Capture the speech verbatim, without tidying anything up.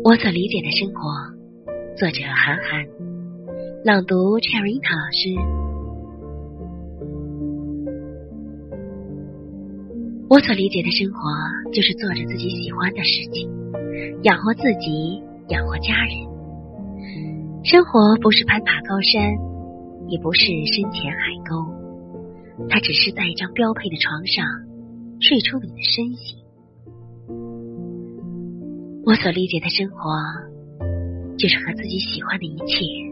我所理解的生活，作者韩寒，朗读 Cherita 老师。我所理解的生活，就是做着自己喜欢的事情，养活自己，养活家人。生活不是攀爬高山，也不是深潜海沟，它只是在一张标配的床上睡出你的身形。我所理解的生活，就是和自己喜欢的一切